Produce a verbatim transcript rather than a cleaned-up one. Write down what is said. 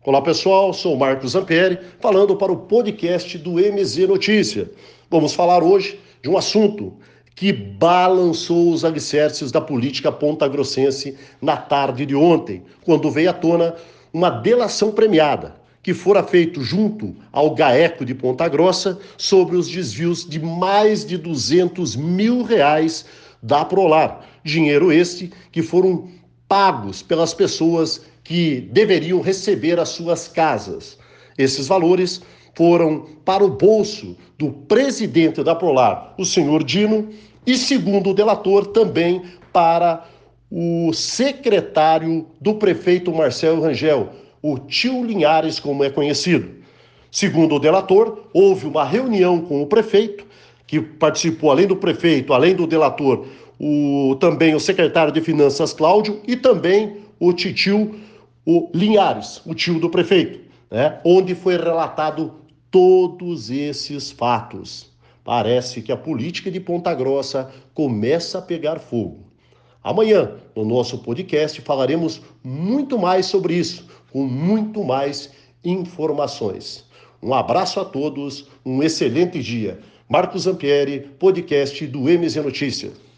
Olá pessoal, sou Marcos Zampieri, falando para o podcast do M Z Notícia. Vamos falar hoje de um assunto que balançou os alicerces da política pontagrossense na tarde de ontem, quando veio à tona uma delação premiada, que fora feito junto ao GAECO de Ponta Grossa sobre os desvios de mais de duzentos mil reais da Prolar. Dinheiro este que foram pagos pelas pessoas que deveriam receber as suas casas. Esses valores foram para o bolso do presidente da Prolar, o senhor Dino, e, segundo o delator, também para o secretário do prefeito Marcelo Rangel, o tio Linhares, como é conhecido. Segundo o delator, houve uma reunião com o prefeito, que participou, além do prefeito, além do delator, o, também o secretário de Finanças, Cláudio, e também o titio, o Linhares, o tio do prefeito, né? Onde foi relatado todos esses fatos. Parece que a política de Ponta Grossa começa a pegar fogo. Amanhã, no nosso podcast, falaremos muito mais sobre isso, com muito mais informações. Um abraço a todos, um excelente dia. Marcos Zampieri, podcast do M Z Notícia.